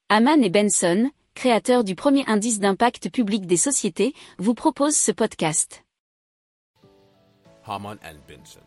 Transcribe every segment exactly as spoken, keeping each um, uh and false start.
Hamann et Benson, créateurs du premier indice d'impact public des sociétés, vous proposent ce podcast. Hamann and Benson.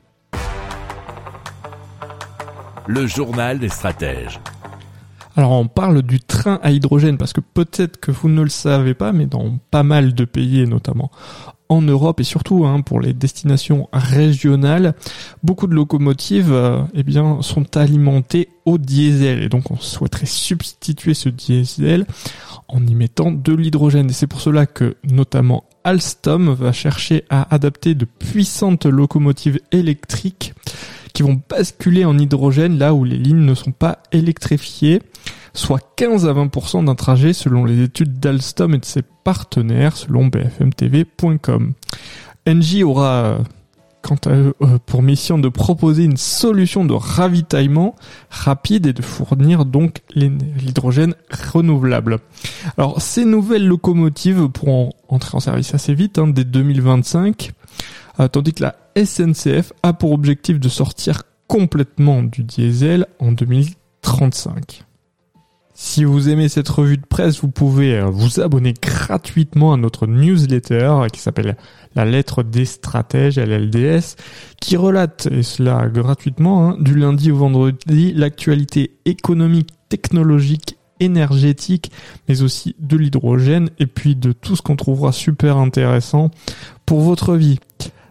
Le journal des stratèges. Alors on parle du train à hydrogène parce que peut-être que vous ne le savez pas, mais dans pas mal de pays, et notamment en Europe et surtout hein, pour les destinations régionales, beaucoup de locomotives euh, eh bien, sont alimentées au diesel. Et donc on souhaiterait substituer ce diesel en y mettant de l'hydrogène. Et c'est pour cela que notamment Alstom va chercher à adapter de puissantes locomotives électriques qui vont basculer en hydrogène là où les lignes ne sont pas électrifiées, soit quinze à vingt pour cent d'un trajet selon les études d'Alstom et de ses partenaires selon b f m t v point com. Engie aura quant à eux pour mission de proposer une solution de ravitaillement rapide et de fournir donc l'hydrogène renouvelable. Alors ces nouvelles locomotives pourront entrer en service assez vite, hein, dès deux mille vingt-cinq, euh, tandis que la S N C F a pour objectif de sortir complètement du diesel en deux mille trente-cinq. Si vous aimez cette revue de presse, vous pouvez vous abonner gratuitement à notre newsletter qui s'appelle La Lettre des Stratèges, L L D S, qui relate, et cela gratuitement, hein, du lundi au vendredi, l'actualité économique, technologique, énergétique, mais aussi de l'hydrogène, et puis de tout ce qu'on trouvera super intéressant pour votre vie.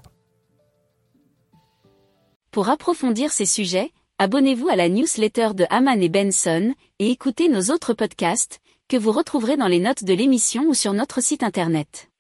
Pour approfondir ces sujets, abonnez-vous à la newsletter de Hamann et Benson et écoutez nos autres podcasts que vous retrouverez dans les notes de l'émission ou sur notre site internet.